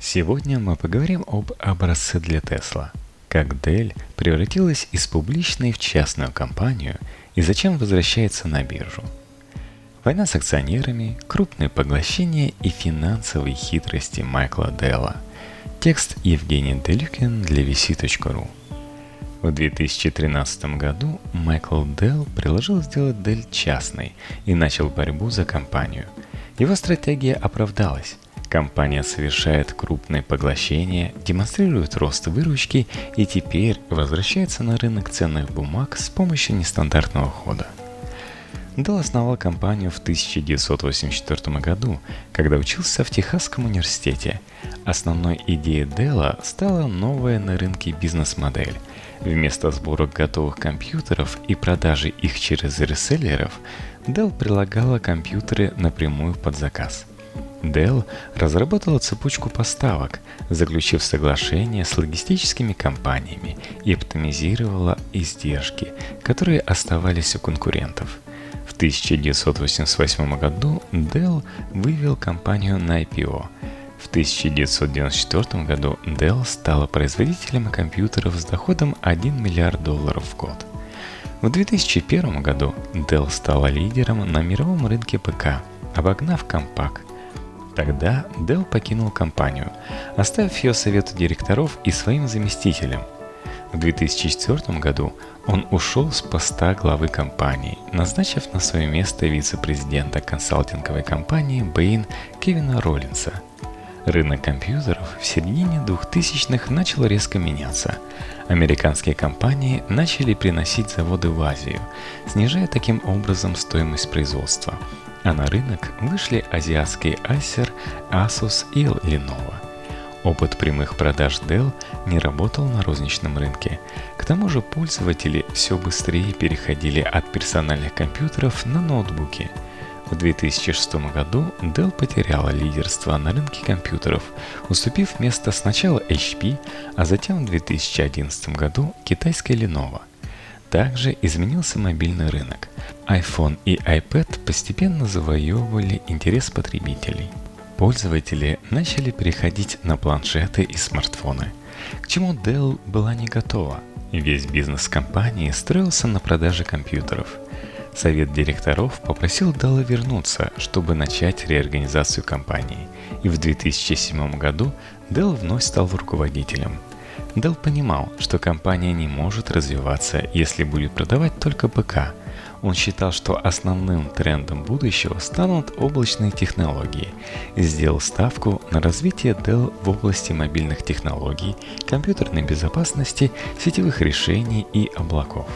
Сегодня мы поговорим об образце для Tesla, как Dell превратилась из публичной в частную компанию и зачем возвращается на биржу. Война с акционерами, крупные поглощения и финансовые хитрости Майкла Делла. Текст Евгений Делюкин для vc.ru. В 2013 году Майкл Делл предложил сделать Dell частной и начал борьбу за компанию. Его стратегия оправдалась. Компания совершает крупные поглощения, демонстрирует рост выручки и теперь возвращается на рынок ценных бумаг с помощью нестандартного хода. Делл основал компанию в 1984 году, когда учился в Техасском университете. Основной идеей Делла стала новая на рынке бизнес-модель. Вместо сборок готовых компьютеров и продажи их через реселлеров, Dell предлагала компьютеры напрямую под заказ. Dell разработала цепочку поставок, заключив соглашение с логистическими компаниями и оптимизировала издержки, которые оставались у конкурентов. В 1988 году Dell вывел компанию на IPO. В 1994 году Dell стала производителем компьютеров с доходом $1 миллиард в год. В 2001 году Dell стала лидером на мировом рынке ПК, обогнав Compaq. Тогда Dell покинул компанию, оставив ее совету директоров и своим заместителям. В 2004 году он ушел с поста главы компании, назначив на свое место вице-президента консалтинговой компании Bain Кевина Роллинса. Рынок компьютеров в середине 2000-х начал резко меняться. Американские компании начали приносить заводы в Азию, снижая таким образом стоимость производства. А на рынок вышли азиатские Acer, Asus и Lenovo. Опыт прямых продаж Dell не работал на розничном рынке. К тому же пользователи все быстрее переходили от персональных компьютеров на ноутбуки. В 2006 году Dell потеряла лидерство на рынке компьютеров, уступив место сначала HP, а затем в 2011 году китайской Lenovo. Также изменился мобильный рынок. iPhone и iPad постепенно завоевывали интерес потребителей. Пользователи начали переходить на планшеты и смартфоны, к чему Dell была не готова. Весь бизнес компании строился на продаже компьютеров. Совет директоров попросил Делла вернуться, чтобы начать реорганизацию компании, и в 2007 году Dell вновь стал руководителем. Dell понимал, что компания не может развиваться, если будет продавать только ПК. Он считал, что основным трендом будущего станут облачные технологии и сделал ставку на развитие Dell в области мобильных технологий, компьютерной безопасности, сетевых решений и облаков.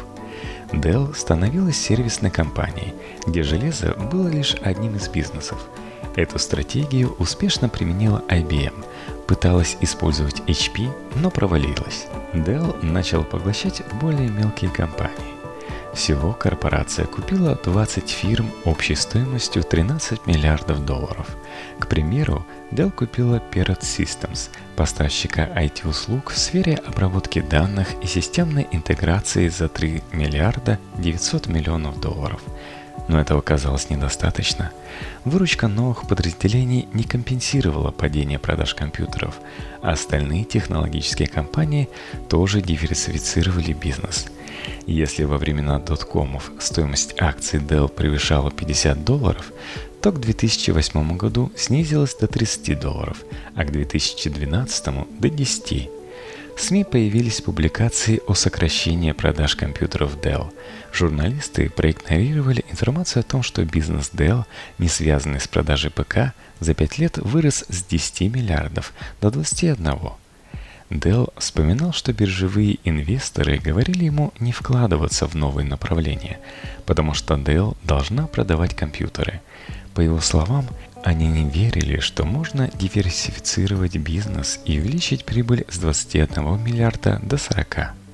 Dell становилась сервисной компанией, где железо было лишь одним из бизнесов. Эту стратегию успешно применила IBM, пыталась использовать HP, но провалилась. Dell начал поглощать более мелкие компании. Всего корпорация купила 20 фирм общей стоимостью $13 миллиардов. К примеру, Dell купила Parrot Systems, поставщика IT-услуг в сфере обработки данных и системной интеграции за $3 миллиарда 900 миллионов. Но этого оказалось недостаточно. Выручка новых подразделений не компенсировала падение продаж компьютеров, а остальные технологические компании тоже диверсифицировали бизнес. Если во времена доткомов стоимость акций Dell превышала $50, то к 2008 году снизилась до $30, а к 2012 до 10. В СМИ появились публикации о сокращении продаж компьютеров Dell. Журналисты проигнорировали информацию о том, что бизнес Dell, не связанный с продажей ПК, за 5 лет вырос с 10 миллиардов до 21. Dell вспоминал, что биржевые инвесторы говорили ему не вкладываться в новые направления, потому что Dell должна продавать компьютеры. По его словам, они не верили, что можно диверсифицировать бизнес и увеличить прибыль с 21 миллиарда до 40.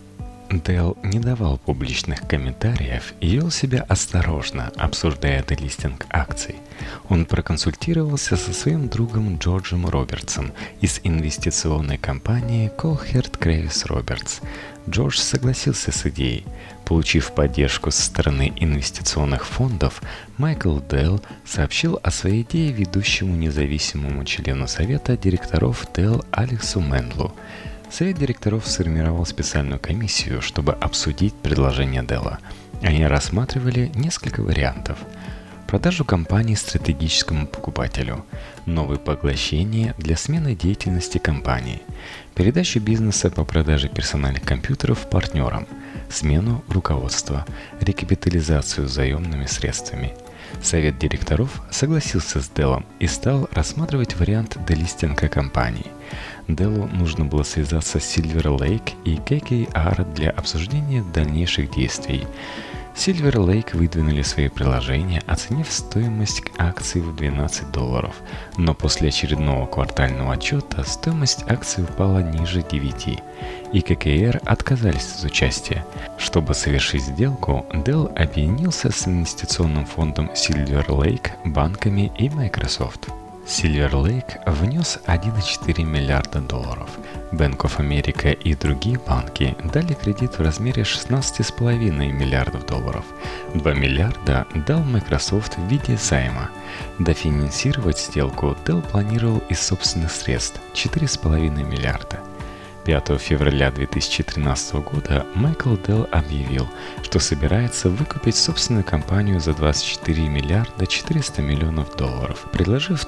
Dell не давал публичных комментариев и вел себя осторожно, обсуждая делистинг акций. Он проконсультировался со своим другом Джорджем Робертсом из инвестиционной компании Colhert Kravis Roberts. Джордж согласился с идеей. Получив поддержку со стороны инвестиционных фондов, Майкл Dell сообщил о своей идее ведущему независимому члену совета директоров Dell Алексу Мендлу. Совет директоров сформировал специальную комиссию, чтобы обсудить предложение Dell. Они рассматривали несколько вариантов. Продажу компании стратегическому покупателю, новые поглощения для смены деятельности компании, передачу бизнеса по продаже персональных компьютеров партнерам, смену руководства, рекапитализацию заемными средствами. Совет директоров согласился с Dell и стал рассматривать вариант делистинга компании. Dell нужно было связаться с Silver Lake и KKR для обсуждения дальнейших действий. Silver Lake выдвинули свои предложения, оценив стоимость акций в $12, но после очередного квартального отчета стоимость акций упала ниже 9, и KKR отказались от участия. Чтобы совершить сделку, Dell объединился с инвестиционным фондом Silver Lake, банками и Microsoft. Silver Lake внес $1,4 миллиарда. Bank of America и другие банки дали кредит в размере $16,5 миллиардов. $2 миллиарда дал Microsoft в виде займа. Дофинансировать сделку Dell планировал из собственных средств $4,5 миллиарда. 5 февраля 2013 года Майкл Dell объявил, что собирается выкупить собственную компанию за $24 миллиарда 400 миллионов, предложив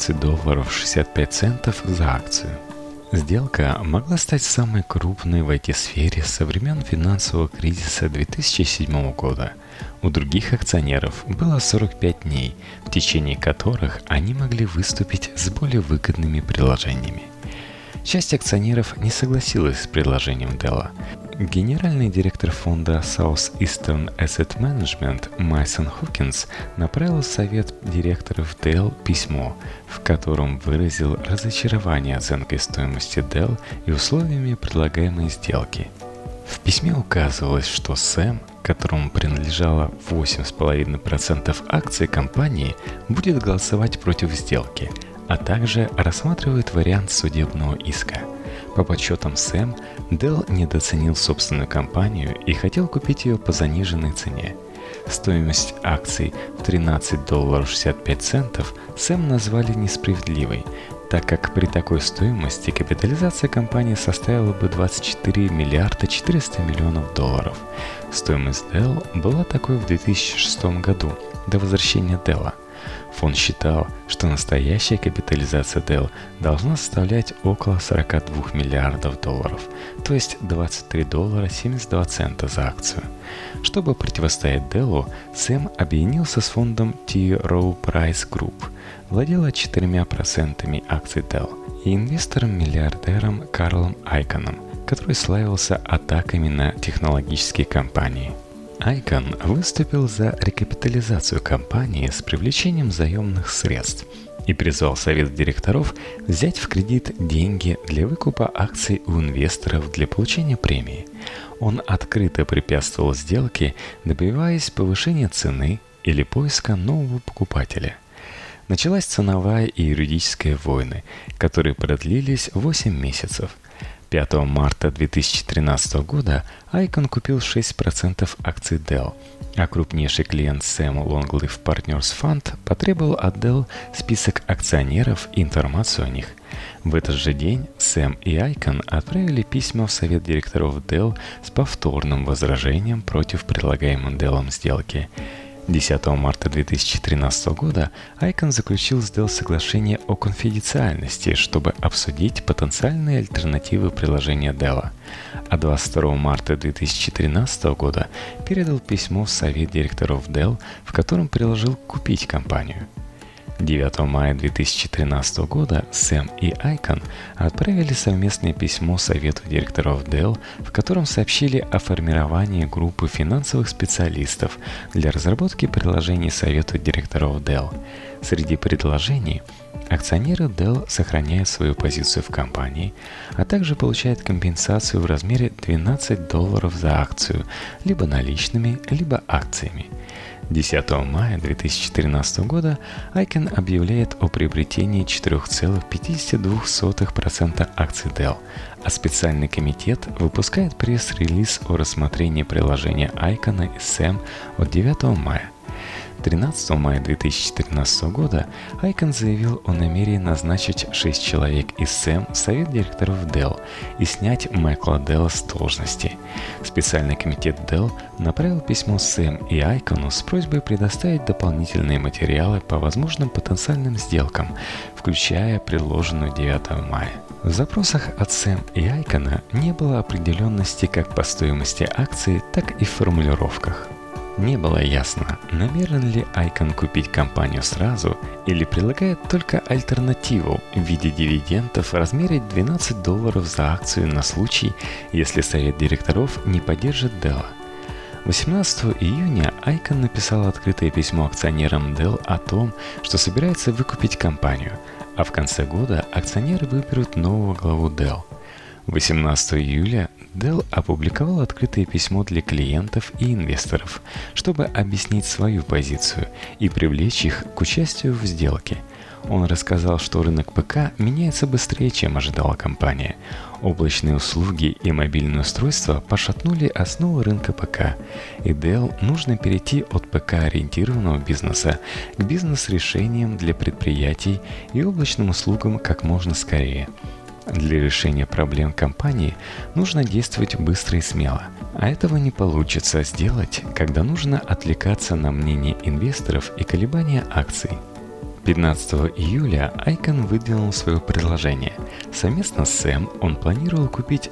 $13.65 за акцию. Сделка могла стать самой крупной в IT-сфере со времен финансового кризиса 2007 года. У других акционеров было 45 дней, в течение которых они могли выступить с более выгодными предложениями. Часть акционеров не согласилась с предложением Dell. Генеральный директор фонда Southeastern Asset Management Майсон Хокинс направил в совет директоров Dell письмо, в котором выразил разочарование оценкой стоимости Dell и условиями предлагаемой сделки. В письме указывалось, что Сэм, которому принадлежало 8,5% акций компании, будет голосовать против сделки, а также рассматривает вариант судебного иска. По подсчетам Сэм, Dell недооценил собственную компанию и хотел купить ее по заниженной цене. Стоимость акций в $13.65 Сэм назвали несправедливой, так как при такой стоимости капитализация компании составила бы $24 миллиарда 400 миллионов. Стоимость Dell была такой в 2006 году, до возвращения Dell. Фонд считал, что настоящая капитализация Dell должна составлять около $42 миллиардов, то есть $23.72 за акцию. Чтобы противостоять Dell, Сэм объединился с фондом T. Rowe Price Group, владела 4% акций Dell, и инвестором-миллиардером Карлом Айконом, который славился атаками на технологические компании. Айкон выступил за рекапитализацию компании с привлечением заемных средств и призвал совет директоров взять в кредит деньги для выкупа акций у инвесторов для получения премии. Он открыто препятствовал сделке, добиваясь повышения цены или поиска нового покупателя. Началась ценовая и юридическая войны, которые продлились 8 месяцев. 5 марта 2013 года Айкон купил 6% акций Dell, а крупнейший клиент Sam Longlife Partners Fund потребовал от Dell список акционеров и информацию о них. В этот же день Сэм и Айкон отправили письма в совет директоров Dell с повторным возражением против предлагаемой Dell сделки. 10 марта 2013 года Айкон заключил с Dell соглашение о конфиденциальности, чтобы обсудить потенциальные альтернативы приложения Dell. А 22 марта 2013 года передал письмо в совет директоров Dell, в котором предложил купить компанию. 9 мая 2013 года Сэм и Айкон отправили совместное письмо Совету директоров Dell, в котором сообщили о формировании группы финансовых специалистов для разработки приложений Совету директоров Dell. Среди предложений акционеры Dell сохраняют свою позицию в компании, а также получают компенсацию в размере $12 за акцию, либо наличными, либо акциями. 10 мая 2013 года Айкон объявляет о приобретении 4,52% акций Dell, а специальный комитет выпускает пресс-релиз о рассмотрении приложения Айкона и Сэм от 9 мая. 13 мая 2013 года Айкон заявил о намерении назначить 6 человек из Сэм в Совет директоров Dell и снять Майкла Делла с должности. Специальный комитет Dell направил письмо Сэм и Айкону с просьбой предоставить дополнительные материалы по возможным потенциальным сделкам, включая предложенную 9 мая. В запросах от Сэм и Айкона не было определенности как по стоимости акций, так и в формулировках. Не было ясно, намерен ли Айкон купить компанию сразу или предлагает только альтернативу в виде дивидендов в размере $12 за акцию на случай, если совет директоров не поддержит Dell. 18 июня Айкон написал открытое письмо акционерам Dell о том, что собирается выкупить компанию, а в конце года акционеры выберут нового главу Dell. 18 июля Dell опубликовал открытое письмо для клиентов и инвесторов, чтобы объяснить свою позицию и привлечь их к участию в сделке. Он рассказал, что рынок ПК меняется быстрее, чем ожидала компания. Облачные услуги и мобильные устройства пошатнули основы рынка ПК, и Dell нужно перейти от ПК-ориентированного бизнеса к бизнес-решениям для предприятий и облачным услугам как можно скорее. Для решения проблем компании нужно действовать быстро и смело, а этого не получится сделать, когда нужно отвлекаться на мнение инвесторов и колебания акций. 15 июля Айкон выдвинул свое предложение. Совместно с Сэм он планировал купить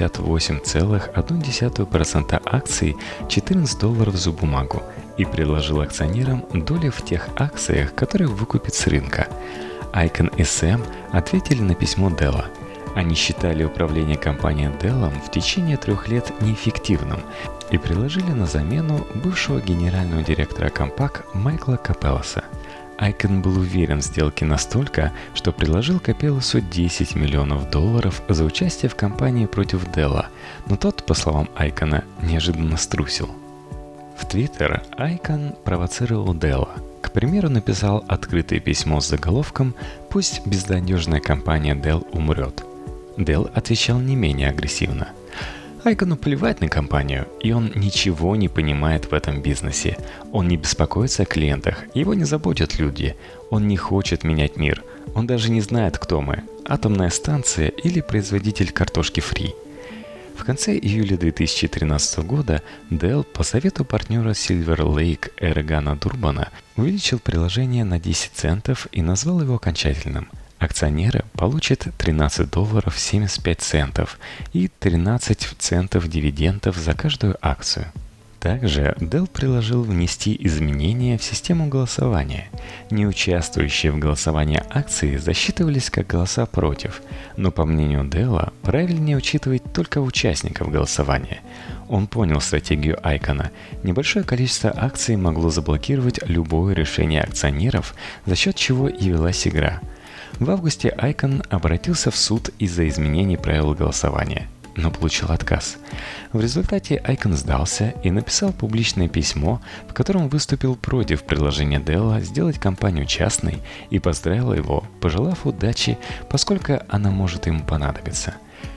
58,1% акций $14 за бумагу и предложил акционерам доли в тех акциях, которые выкупит с рынка. Айкон и Сэм ответили на письмо Делла. Они считали управление компанией Dell в течение 3 лет неэффективным и предложили на замену бывшего генерального директора Compaq Майкла Капелоса. Айкон был уверен в сделке настолько, что предложил Капелосу $10 миллионов за участие в кампании против Dell, но тот, по словам Айкона, неожиданно струсил. В Твиттер Айкон провоцировал Dell. К примеру, написал открытое письмо с заголовком «Пусть безнадежная компания Dell умрет». Dell отвечал не менее агрессивно. Айкону плевать на компанию, и он ничего не понимает в этом бизнесе. Он не беспокоится о клиентах, его не заботят люди. Он не хочет менять мир. Он даже не знает, кто мы – атомная станция или производитель картошки фри. В конце июля 2013 года Dell по совету партнера Silver Lake Эргана Дурбана увеличил приложение на 10 центов и назвал его окончательным. Акционеры получат $13.75 и 13 центов дивидендов за каждую акцию. Также Dell предложил внести изменения в систему голосования. Не участвующие в голосовании акции засчитывались как голоса против, но по мнению Dell правильнее учитывать только участников голосования. Он понял стратегию Айкона. Небольшое количество акций могло заблокировать любое решение акционеров, за счет чего и велась игра. В августе Айкон обратился в суд из-за изменений правил голосования, но получил отказ. В результате Айкон сдался и написал публичное письмо, в котором выступил против предложения Dell сделать компанию частной и поздравил его, пожелав удачи, поскольку она может ему понадобиться.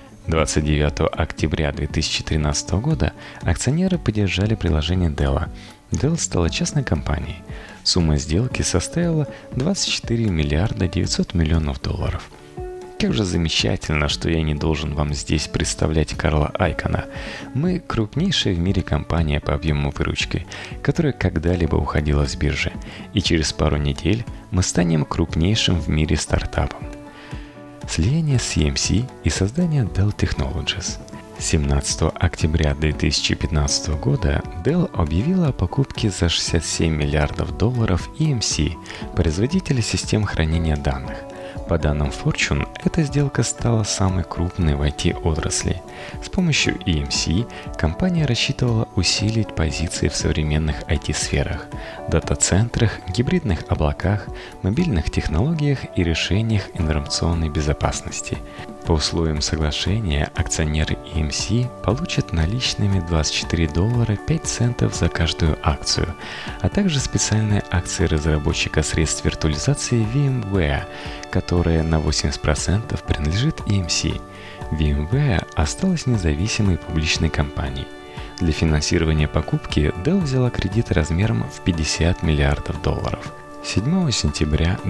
29 октября 2013 года акционеры поддержали приложение Dell. Dell стала частной компанией. Сумма сделки составила $24 миллиарда 900 миллионов. Как же замечательно, что я не должен вам здесь представлять Карла Айкона. Мы крупнейшая в мире компания по объему выручки, которая когда-либо уходила с биржи. И через пару недель мы станем крупнейшим в мире стартапом. Слияние с EMC и создание Dell Technologies. 17 октября 2015 года Dell объявила о покупке за $67 миллиардов EMC, производителя систем хранения данных. По данным Fortune, эта сделка стала самой крупной в IT-отрасли. С помощью EMC компания рассчитывала усилить позиции в современных IT-сферах, дата-центрах, гибридных облаках, мобильных технологиях и решениях информационной безопасности. По условиям соглашения акционеры EMC получат наличными $24.05 за каждую акцию, а также специальные акции разработчика средств виртуализации VMware, которая на 80% принадлежит EMC. VMware осталась независимой публичной компанией. Для финансирования покупки Dell взяла кредит размером в $50 миллиардов. 7 сентября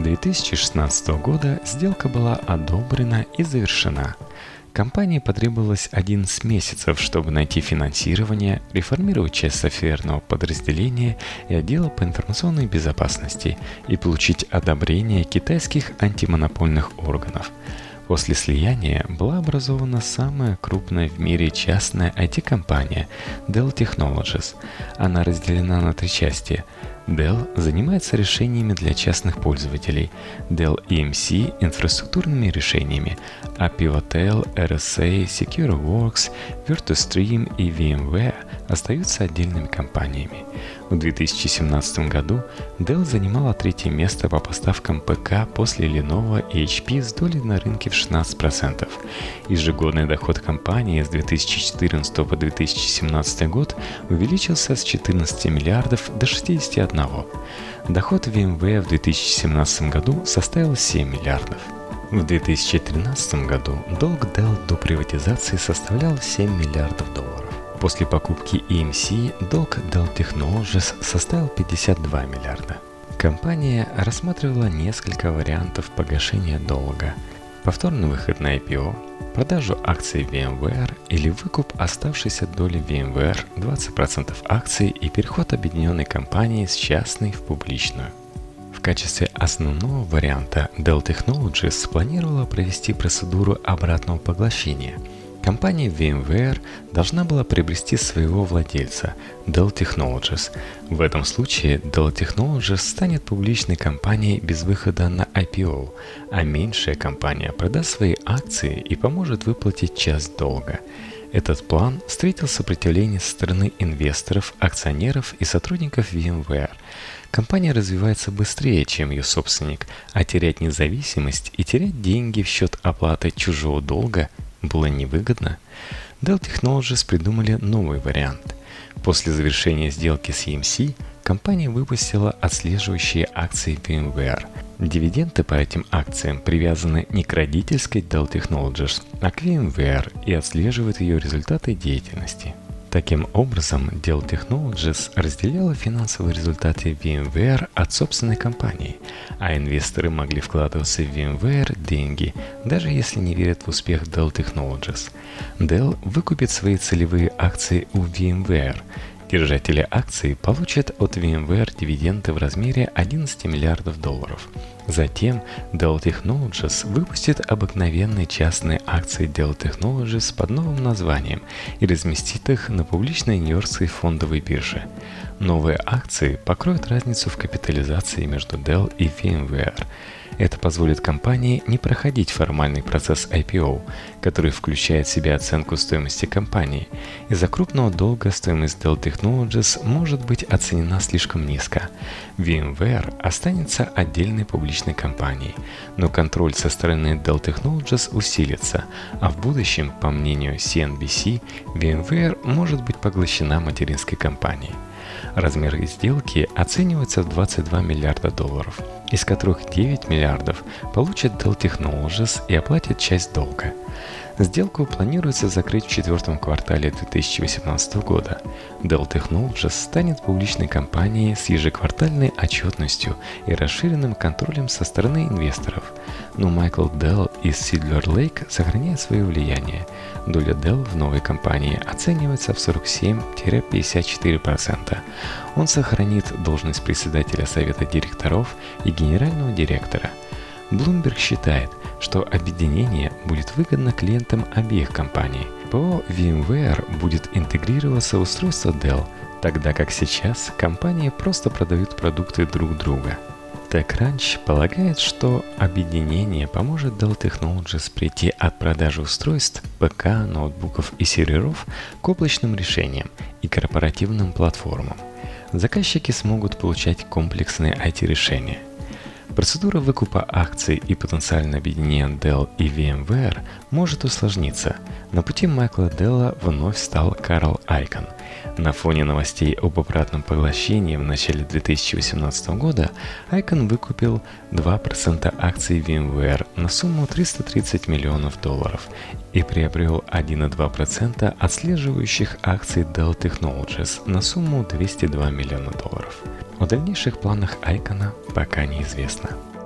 2016 года сделка была одобрена и завершена. Компании потребовалось 11 месяцев, чтобы найти финансирование, реформировать часть софтверного подразделения и отдела по информационной безопасности и получить одобрение китайских антимонопольных органов. После слияния была образована самая крупная в мире частная IT-компания Dell Technologies. Она разделена на 3 части. Dell занимается решениями для частных пользователей, Dell EMC – инфраструктурными решениями, а Pivotal, RSA, SecureWorks, VirtuStream и VMware остаются отдельными компаниями. В 2017 году Dell занимала 3-е место по поставкам ПК после Lenovo и HP с долей на рынке в 16%. Ежегодный доход компании с 2014 по 2017 год увеличился с 14 миллиардов до 61. Доход VMware в 2017 году составил 7 миллиардов. В 2013 году долг Dell до приватизации составлял $7 миллиардов. После покупки EMC долг Dell Technologies составил 52 миллиарда. Компания рассматривала несколько вариантов погашения долга: повторный выход на IPO, продажу акций VMware или выкуп оставшейся доли VMware 20% акций и переход объединенной компании с частной в публичную. В качестве основного варианта Dell Technologies планировала провести процедуру обратного поглощения. Компания VMware должна была приобрести своего владельца, Dell Technologies. В этом случае Dell Technologies станет публичной компанией без выхода на IPO, а меньшая компания продаст свои акции и поможет выплатить часть долга. Этот план встретил сопротивление со стороны инвесторов, акционеров и сотрудников VMware. Компания развивается быстрее, чем ее собственник, а терять независимость и терять деньги в счет оплаты чужого долга было невыгодно. Dell Technologies придумали новый вариант. После завершения сделки с EMC компания выпустила отслеживающие акции VMware. Дивиденды по этим акциям привязаны не к родительской Dell Technologies, а к VMware и отслеживают ее результаты деятельности. Таким образом, Dell Technologies разделяла финансовые результаты VMware от собственной компании, а инвесторы могли вкладываться в VMware деньги, даже если не верят в успех Dell Technologies. Dell выкупит свои целевые акции у VMware. Держатели акций получат от VMware дивиденды в размере $11 миллиардов. Затем Dell Technologies выпустит обыкновенные частные акции Dell Technologies под новым названием и разместит их на публичной нью-йоркской фондовой бирже. Новые акции покроют разницу в капитализации между Dell и VMware. Это позволит компании не проходить формальный процесс IPO, который включает в себя оценку стоимости компании. Из-за крупного долга стоимость Dell Technologies может быть оценена слишком низко. VMware останется отдельной публичной компанией, но контроль со стороны Dell Technologies усилится, а в будущем, по мнению CNBC, VMware может быть поглощена материнской компанией. Размер сделки оценивается в $22 миллиарда, из которых 9 миллиардов получит Dell Technologies и оплатит часть долга. Сделку планируется закрыть в 4-м квартале 2018 года. Dell Technologies станет публичной компанией с ежеквартальной отчетностью и расширенным контролем со стороны инвесторов. Но Майкл Dell из Silver Lake сохраняет свое влияние. Доля Dell в новой компании оценивается в 47-54%. Он сохранит должность председателя совета директоров и генерального директора. Bloomberg считает, что объединение будет выгодно клиентам обеих компаний. ПО VMware будет интегрироваться в устройство Dell, тогда как сейчас компании просто продают продукты друг друга. TechCrunch полагает, что объединение поможет Dell Technologies прийти от продажи устройств, ПК, ноутбуков и серверов к облачным решениям и корпоративным платформам. Заказчики смогут получать комплексные IT-решения. Процедура выкупа акций и потенциальное объединение Dell и VMware может усложниться. На пути Майкла Делла вновь стал Карл Айкон. На фоне новостей об обратном поглощении в начале 2018 года Айкон выкупил 2% акций VMware на сумму $330 миллионов и приобрел 1,2% отслеживающих акций Dell Technologies на сумму $202 миллиона. О дальнейших планах Айкона пока неизвестно.